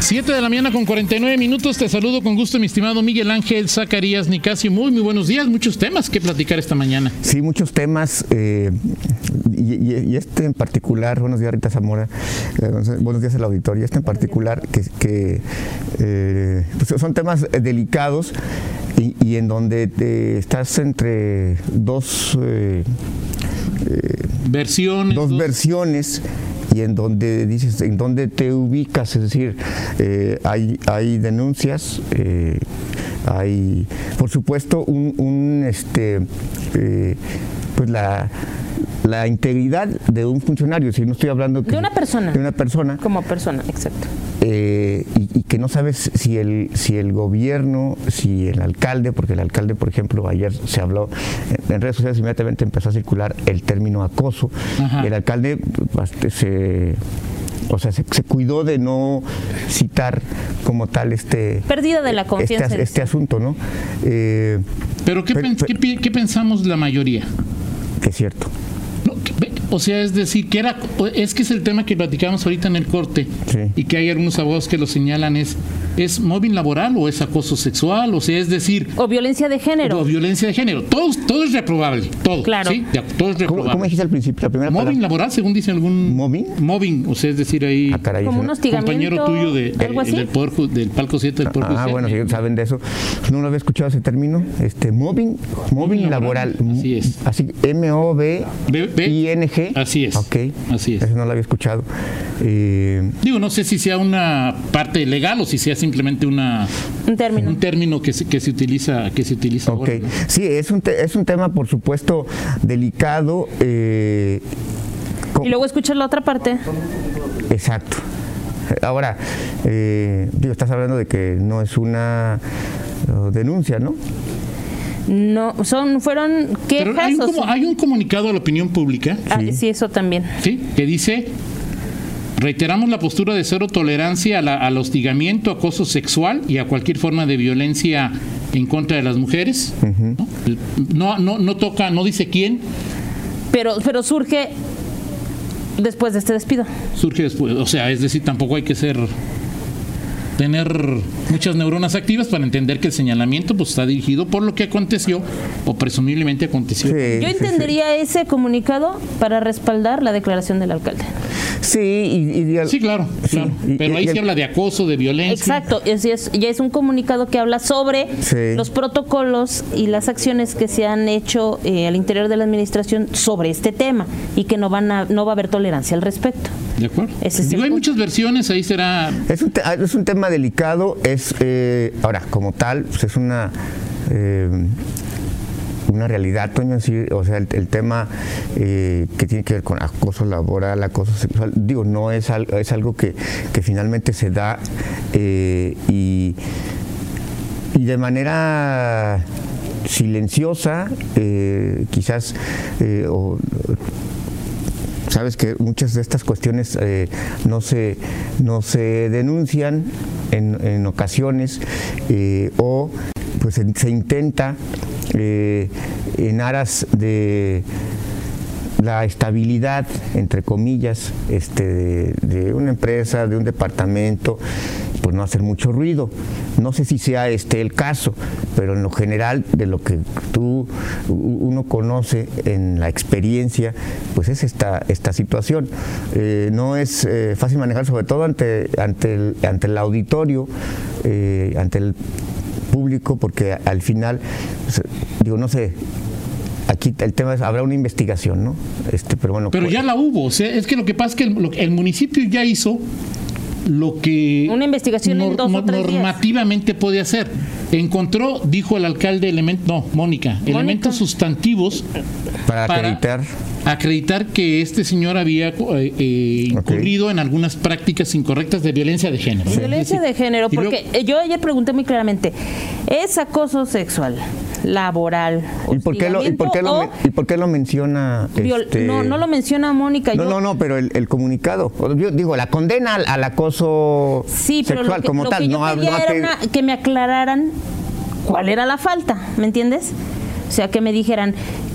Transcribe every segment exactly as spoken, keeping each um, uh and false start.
siete de la mañana con cuarenta y nueve minutos. Te saludo con gusto, mi estimado Miguel Ángel Zacarías Nicasio. Muy, muy buenos días. Muchos temas que platicar esta mañana. Sí, muchos temas. Eh, y, y este en particular, buenos días, Rita Zamora. Eh, buenos días al auditorio. Este en particular, que, que eh, pues son temas delicados y, y en donde te estás entre dos eh, eh, versiones. Dos, dos versiones. Y en donde dices, en donde te ubicas, es decir, eh, hay, hay denuncias, eh, hay, por supuesto, un, un este, eh, pues la, la integridad de un funcionario. Si no estoy hablando que, de una persona, de una persona, como persona, exacto. Eh, y, y que no sabes si el si el gobierno, si el alcalde, porque el alcalde, por ejemplo, ayer se habló en, en redes sociales, inmediatamente empezó a circular el término acoso. Ajá. El alcalde se o sea se, se cuidó de no citar como tal este pérdida de la confianza este, este asunto, ¿no? Eh, pero ¿qué, pero, ¿qué, ¿qué pensamos la mayoría? Que es cierto. O sea, es decir, que era, es que es el tema que platicamos ahorita en el corte, sí. Y que hay algunos abogados que lo señalan, es, ¿es mobbing laboral o es acoso sexual? O sea, es decir... O violencia de género. O violencia de género. Todo, todo es reprobable, todo. Claro. ¿Sí? Todo es reprobable. ¿Cómo, ¿Cómo dijiste al principio? La primera mobbing palabra. laboral, según dice algún... ¿Mobbing? Mobbing, o sea, es decir, ahí... Ah, caray, como un hostigamiento, compañero tuyo de, de, ¿algo así? del, porco, del Palco siete del Porco. Ah, bueno, si saben de eso. No lo había escuchado ese término. Este, mobbing, mobbing laboral. laboral. Así es. Así, M O B I N G. Así es. Ok. Así es. Eso no lo había escuchado. Eh, Digo, no sé si sea una parte legal o si sea simplemente una un término, un término que se, que se utiliza que se utiliza. Ok. Ahora, ¿no? Sí, es un te, es un tema, por supuesto, delicado. Eh, y luego escuchas la otra parte. Exacto. Ahora, eh, digo, estás hablando de que no es una uh, denuncia, ¿no? No, son, fueron quejas. Pero hay, un, o como, son... hay un comunicado a la opinión pública. Ah, sí. sí, eso también. Sí, que dice: reiteramos la postura de cero tolerancia a la, al hostigamiento, acoso sexual y a cualquier forma de violencia en contra de las mujeres. Uh-huh. ¿no? No, no, no toca, no dice quién. Pero, pero surge después de este despido. Surge después, o sea, es decir, tampoco hay que ser tener muchas neuronas activas para entender que el señalamiento pues está dirigido por lo que aconteció o presumiblemente aconteció. Sí, Yo entendería sí, sí. ese comunicado para respaldar la declaración del alcalde. Sí, y, y, sí, claro, claro. Sí, pero y, ahí y, se y, habla de acoso, de violencia. Exacto, es, es, ya es un comunicado que habla sobre sí. los protocolos y las acciones que se han hecho eh, al interior de la administración sobre este tema y que no van a, no va a haber tolerancia al respecto. De acuerdo. Ese es Digo, hay muchas versiones, ahí será... Es un, te, es un tema delicado, es eh, ahora, como tal, pues es una... Eh, una realidad, Toño, sí, o sea, el, el tema eh, que tiene que ver con acoso laboral, acoso sexual, digo, no es algo, es algo que, que finalmente se da eh, y, y de manera silenciosa, eh, quizás, eh, o, sabes que muchas de estas cuestiones eh, no se no se denuncian en, en ocasiones eh, o pues se, se intenta eh, en aras de la estabilidad, entre comillas, este, de, de una empresa, de un departamento, pues no hacer mucho ruido. No sé si sea este el caso, pero en lo general, de lo que tú, uno conoce en la experiencia, pues es esta, esta situación. Eh, no es eh, fácil manejar, sobre todo ante, ante, el, ante el auditorio, eh, ante el público, porque al final, pues, digo, no sé, aquí el tema es, habrá una investigación, ¿no? Este, pero bueno. Pero pues, ya la hubo, o sea, es que lo que pasa es que el, el municipio ya hizo lo que una investigación nor, en dos o tres normativamente días. Puede hacer. Encontró, dijo el alcalde, elementos, no, Mónica, Mónica, elementos sustantivos para acreditar. Para acreditar que este señor había eh, eh, incurrido okay. en algunas prácticas incorrectas de violencia de género. Sí. Violencia de género, porque luego, yo ayer pregunté muy claramente, ¿es acoso sexual, laboral, ¿Y por qué lo, y por qué lo, y por qué lo menciona? Este... No, no lo menciona Mónica. No, yo... no, no, pero el, el comunicado, yo digo, la condena al, al acoso sí, pero sexual lo que, como lo tal. Que yo no, quería no era una, que me aclararan cuál era la falta, ¿me entiendes? O sea, que me dijeran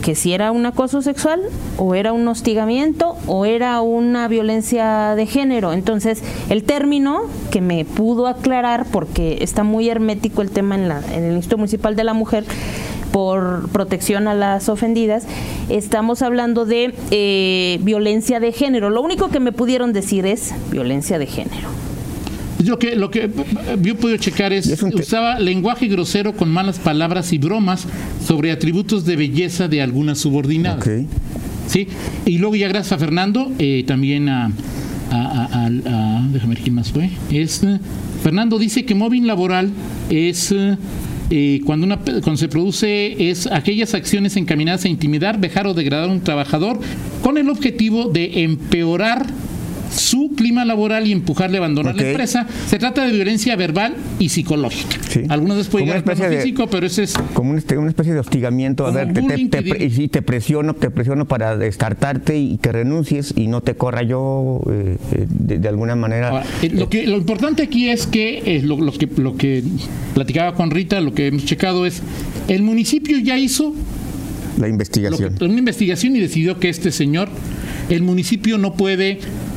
que si era un acoso sexual o era un hostigamiento o era una violencia de género. Entonces, el término que me pudo aclarar, porque está muy hermético el tema en, la, en el Instituto Municipal de la Mujer, por protección a las ofendidas, estamos hablando de eh, violencia de género. Lo único que me pudieron decir es violencia de género. Lo que, lo que yo puedo checar es, es usaba lenguaje grosero con malas palabras y bromas sobre atributos de belleza de algunas subordinadas. Okay. ¿Sí? Y luego ya gracias a Fernando, eh, también a, a, a, a, a déjame ver quién más fue. Es, eh, Fernando dice que mobbing laboral es eh, cuando, una, cuando se produce es aquellas acciones encaminadas a intimidar, vejar o degradar a un trabajador con el objetivo de empeorar su clima laboral y empujarle a abandonar okay. la empresa. Se trata de violencia verbal y psicológica. Sí. Algunas veces puede llegar al físico, pero ese es como una, una especie de hostigamiento. A ver, te, te, te, te, y te presiono, te presiono para descartarte y que renuncies y no te corra yo eh, de, de alguna manera. Ahora, eh, lo que lo importante aquí es que eh, lo, lo que lo que platicaba con Rita, lo que hemos checado es el municipio ya hizo la investigación, que, una investigación y decidió que este señor, el municipio no puede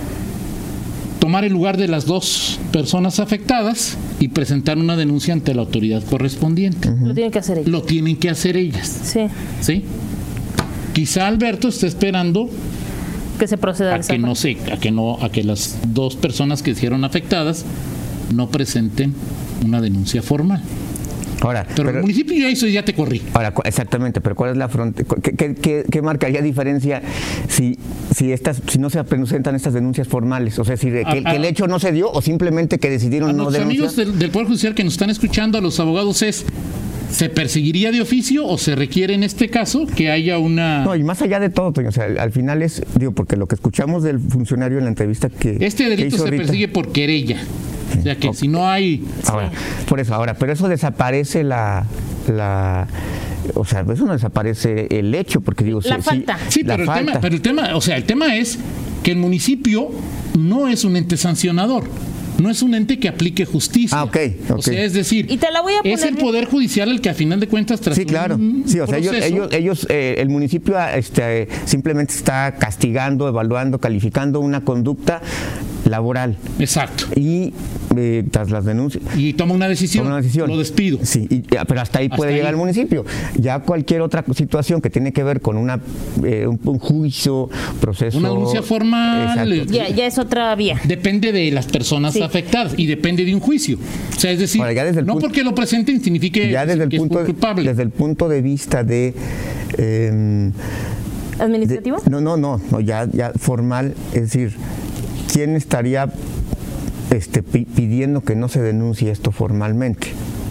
tomar el lugar de las dos personas afectadas y presentar una denuncia ante la autoridad correspondiente. Uh-huh. Lo tienen que hacer ellas. Lo tienen que hacer ellas. Sí. ¿Sí? Quizá Alberto esté esperando que se proceda a que no sé, a que no, a que las dos personas que hicieron afectadas no presenten una denuncia formal. Ahora, pero, pero el municipio ya hizo y ya te corrí. Ahora, exactamente, pero ¿cuál es la frontera? ¿Qué, qué, qué, qué marcaría diferencia si si estas si no se presentan estas denuncias formales? O sea, si que, a, que el hecho no se dio o simplemente que decidieron no denunciar. A los amigos del, del Poder Judicial que nos están escuchando, a los abogados es, ¿se perseguiría de oficio o se requiere en este caso que haya una...? No, y más allá de todo, Toño, o sea, al final es, digo, porque lo que escuchamos del funcionario en la entrevista que... Este delito que hizo se Rita, persigue por querella. O sea que okay. si no hay... Ahora, por eso, ahora, pero eso desaparece la... la o sea, eso no desaparece el hecho, porque digo... La sí, falta. Sí, la pero, falta. El tema, pero el tema, o sea, el tema es que el municipio no es un ente sancionador. No es un ente que aplique justicia. Ah, ok. okay. O sea, es decir, y te la voy a poner es el Poder Judicial el que a final de cuentas tras sí, claro. un sí, o sea, proceso, ellos, ellos, ellos eh, el municipio este, simplemente está castigando, evaluando, calificando una conducta laboral. Exacto. Y eh, tras las denuncias. Y toma una decisión. Toma una decisión. Lo despido. Sí, y, pero hasta ahí hasta puede ahí. llegar el municipio. Ya cualquier otra situación que tiene que ver con una eh, un, un juicio, proceso. Una denuncia formal. Ya, ya es otra vía. Depende de las personas sí. afectadas y depende de un juicio. O sea, es decir, Ahora, no punto, porque lo presenten signifique ya desde que el punto es culpable. De, desde el punto de vista de. Eh, ¿Administrativo? De, no, no, no, no, ya, ya formal, es decir, ¿quién estaría este, pidiendo que no se denuncie esto formalmente?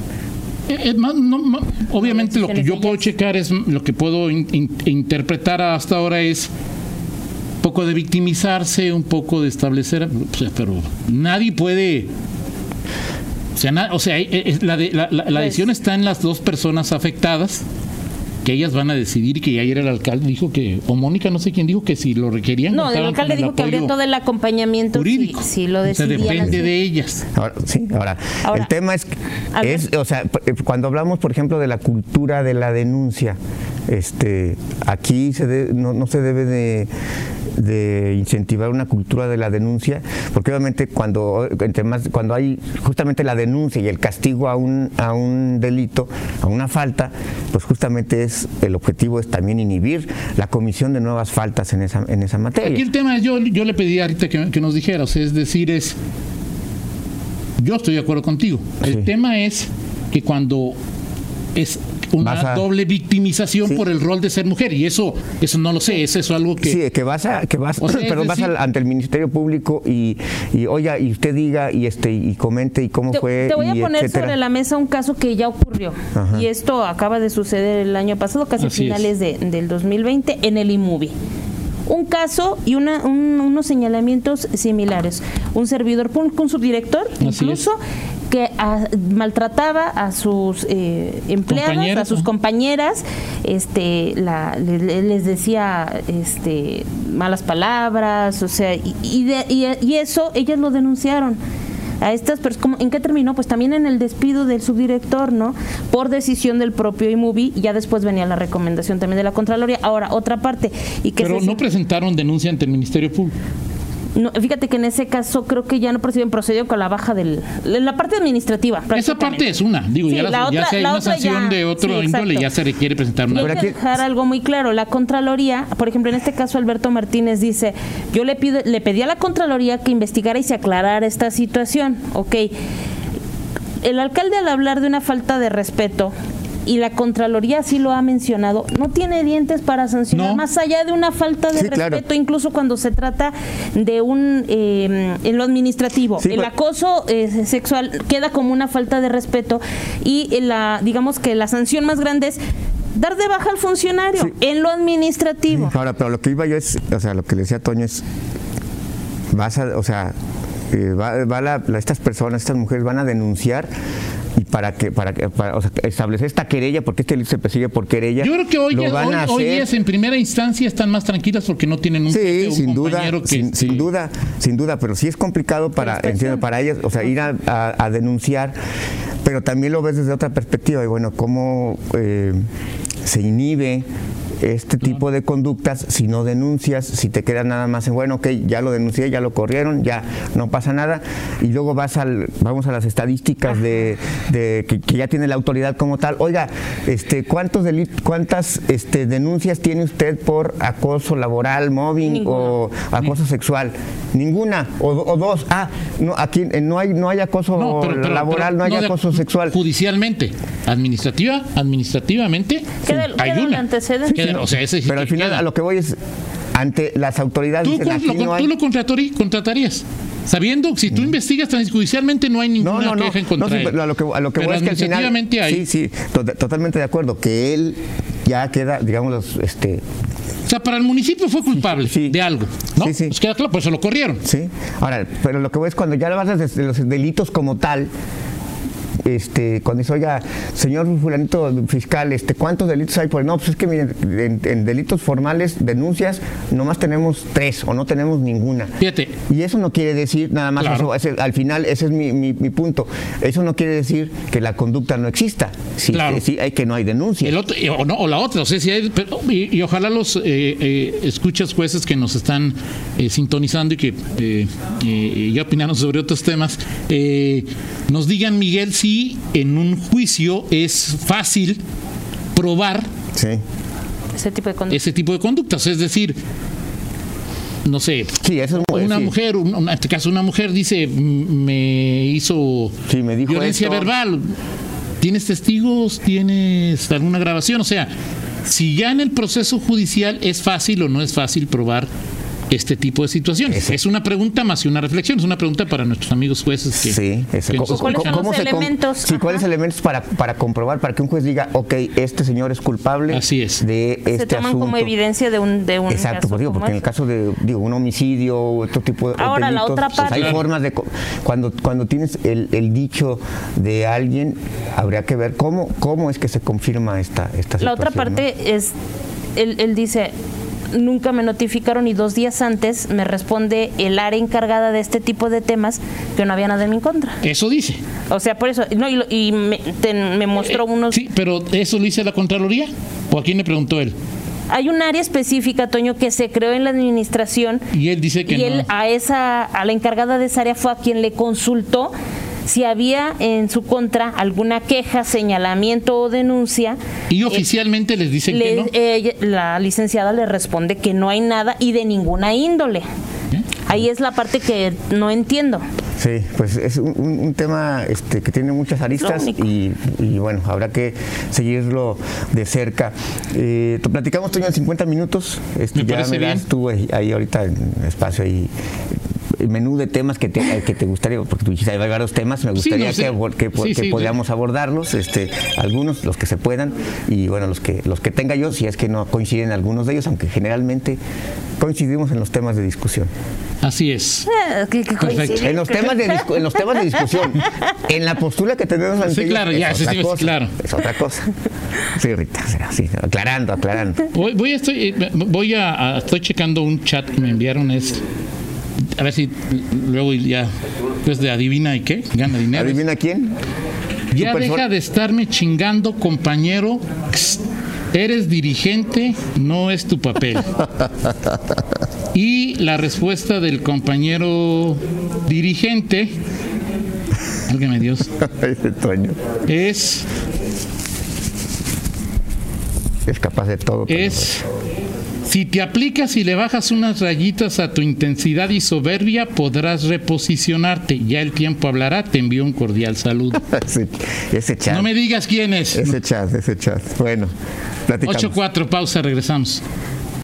Eh, más, no, más, obviamente lo que yo puedo checar es, lo que puedo in, in, interpretar hasta ahora es un poco de victimizarse, un poco de establecer, o sea, pero nadie puede, o sea, na, o sea la, de, la, la, la decisión está en las dos personas afectadas, que ellas van a decidir, y que ayer el alcalde dijo que, o Mónica, no sé quién dijo, que si lo requerían. No, el alcalde dijo que habría todo el acompañamiento jurídico. Si, si lo decidían. O sea, depende así. de ellas. Ahora, sí, ahora, ahora el tema es, es, o sea, cuando hablamos, por ejemplo, de la cultura de la denuncia, este, aquí se de, no, no se debe de, de incentivar una cultura de la denuncia, porque obviamente cuando, entre más, cuando hay justamente la denuncia y el castigo a un, a un delito, a una falta, pues justamente es el objetivo es también inhibir la comisión de nuevas faltas en esa en esa materia. Aquí el tema es, yo, yo le pedí ahorita que, que nos dijera, o sea, es decir, es, yo estoy de acuerdo contigo. El sí. tema es que cuando es una a, doble victimización sí. por el rol de ser mujer, y eso eso no lo sé, es eso algo que sí, que vas a que vas, o sea, pero vas al, ante el Ministerio Público y, y oiga y usted diga y este y comente y cómo te, fue. Te voy a y poner etcétera. sobre la mesa un caso que ya ocurrió. Ajá. Y esto acaba de suceder el año pasado, casi Así finales de, del dos mil veinte, en el IMUBI. Un caso y una, un, unos señalamientos similares. Un servidor público, un subdirector, Así incluso es. que a, maltrataba a sus eh, empleadas, a sus compañeras, este, la, le, les decía este, malas palabras, o sea, y, y, de, y, y eso ellas lo denunciaron. a estas personas. ¿En qué terminó? Pues también en el despido del subdirector, ¿no? Por decisión del propio IMUBI, y ya después venía la recomendación también de la Contraloría. Ahora, otra parte. Y que Pero se... no presentaron denuncia ante el Ministerio Público. No, fíjate que en ese caso creo que ya no procedieron, procedió con la baja del... La parte administrativa. Esa parte es una, digo, sí, ya, la, la ya otra, si hay la una otra sanción ya, de otro sí, índole, ya se requiere presentar una. Y hay que dejar algo muy claro. La Contraloría, por ejemplo, en este caso Alberto Martínez dice, yo le pido, le pedí a la Contraloría que investigara y se aclarara esta situación. Ok. El alcalde, al hablar de una falta de respeto, y la Contraloría sí lo ha mencionado, no tiene dientes para sancionar, no. Más allá de una falta de sí, respeto, claro. Incluso cuando se trata de un, eh, en lo administrativo, sí, el pero... acoso eh, sexual queda como una falta de respeto, y la, digamos que la sanción más grande es dar de baja al funcionario, sí. En lo administrativo. Sí. Ahora, pero lo que iba yo es, o sea, lo que le decía a Toño es, vas a, o sea, eh, va, va la, la, estas personas, estas mujeres van a denunciar, y para que para que para, o sea, establecer esta querella, porque este delito se persigue por querella. Yo creo que hoy, es, hoy, hoy es en primera instancia están más tranquilas porque no tienen un, sí, un sin duda, que, sin, que, sin duda, sin duda, pero sí es complicado para entiendo, para ellas, o sea, ir a, a, a denunciar, pero también lo ves desde otra perspectiva, y bueno, cómo eh, se inhibe este tipo de conductas si no denuncias, si te quedas nada más en, bueno, ok, ya lo denuncié, ya lo corrieron, ya no pasa nada, y luego vas al, vamos a las estadísticas de, de que, que ya tiene la autoridad como tal. Oiga, este, ¿cuántos delitos, cuántas este, denuncias tiene usted por acoso laboral, mobbing Ninguna. o acoso Ni. sexual? Ninguna, o, o dos. Ah, no, aquí no hay, no hay acoso no, pero, pero, laboral, pero, no hay no acoso de, sexual. Judicialmente, administrativa, administrativamente, ¿Qué sí, hay una. Antecedente? O sea, ese sí pero al final queda. A lo que voy es ante las autoridades. ¿Tú, dicen, aquí lo, no hay... ¿tú lo contratarías? Sabiendo que si tú mm. investigas transjudicialmente no hay ninguna no, no, queja no, en contra no, sí, de él. A lo que, a lo que pero voy es que al final hay. Sí, sí, to totalmente de acuerdo, que él ya queda, digamos, este... O sea, para el municipio fue culpable sí, sí. de algo, ¿no? Sí, sí. Pues queda claro, por eso lo corrieron. Sí. Ahora, pero lo que voy es cuando ya le vas desde los delitos como tal, este, cuando dice, oiga, señor fulanito fiscal, este, ¿cuántos delitos hay? Pues no, pues es que miren, en, en delitos formales, denuncias, nomás tenemos tres o no tenemos ninguna. Fíjate. Y eso no quiere decir nada más claro. eso, ese, al final ese es mi, mi, mi punto. Eso no quiere decir que la conducta no exista. Sí, claro. sí hay que no hay denuncia. El otro, o, no, o la otra, o sea, si hay, pero, y, y ojalá los eh, eh, escuchas jueces que nos están eh, sintonizando y que eh, eh, ya opinaron sobre otros temas, eh, nos digan, Miguel, si en un juicio es fácil probar sí. ese tipo de conductas. Ese tipo de conductas, es decir, no sé, sí, eso es muy, una sí. mujer, un, en este caso una mujer dice, me hizo sí, me dijo violencia esto. verbal. ¿Tienes testigos? ¿Tienes alguna grabación? O sea, si ya en el proceso judicial es fácil o no es fácil probar este tipo de situaciones. Ese. Es una pregunta más y una reflexión, es una pregunta para nuestros amigos jueces que, sí, eso. que ¿Cómo, ¿Cuáles son ¿cómo los se elementos? Sí, ¿cuáles elementos para, para comprobar, para que un juez diga, ok, este señor es culpable Así es. de se este toman asunto? Como evidencia de un de un Exacto, caso pues digo, porque en el caso de digo un homicidio o otro tipo de Ahora, delitos, la otra parte. pues hay claro. formas de cuando cuando tienes el, el dicho de alguien, habría que ver cómo cómo es que se confirma esta esta situación. La otra parte ¿no? es él, él dice, nunca me notificaron y dos días antes me responde el área encargada de este tipo de temas que no había nada en mi contra. Eso dice. O sea, por eso, no, y, y me, te, me mostró eh, unos... Sí, pero ¿eso lo dice la Contraloría? ¿O a quién le preguntó él? Hay un área específica, Toño, que se creó en la administración. Y él dice que y no. él a esa, a la encargada de esa área fue a quien le consultó si había en su contra alguna queja, señalamiento o denuncia. Y oficialmente eh, les dicen le, que no. Eh, la licenciada le responde que no hay nada y de ninguna índole. ¿Eh? Ahí es la parte que no entiendo. Sí, pues es un, un tema este, que tiene muchas aristas y, y bueno, habrá que seguirlo de cerca. Eh, te platicamos, Toño, en cincuenta minutos. Este, me ya parece me das bien. tú ahí, ahí ahorita en espacio ahí. Menú de temas que te, que te gustaría, porque tú dijiste hay varios temas, me gustaría sí, no, sí. que, que, sí, que sí, podamos sí. abordarlos, este, algunos, los que se puedan, y bueno, los que los que tenga yo, si es que no coinciden algunos de ellos, aunque generalmente coincidimos en los temas de discusión. Así es. Eh, ¿qué, qué en los temas de en los temas de discusión, en la postura que tenemos ante sí, claro, ya, es, sí, otra sí, cosa, claro. es otra cosa. Sí, Rita, o sea, sí, aclarando, aclarando. Voy, voy, estoy, voy a, a, estoy checando un chat que me enviaron, es a ver si luego ya Pues de adivina y qué, gana dinero. ¿Adivina quién? Ya deja de estarme chingando, compañero. Eres dirigente, no es tu papel. Y la respuesta del compañero dirigente, válgame Dios, es... Es capaz de todo. Es... Si te aplicas y le bajas unas rayitas a tu intensidad y soberbia, podrás reposicionarte. Ya el tiempo hablará. Te envío un cordial saludo. ese, ese chat. No me digas quién es. Ese chat, ese chat. Bueno, platicamos. ocho cuatro, pausa, regresamos.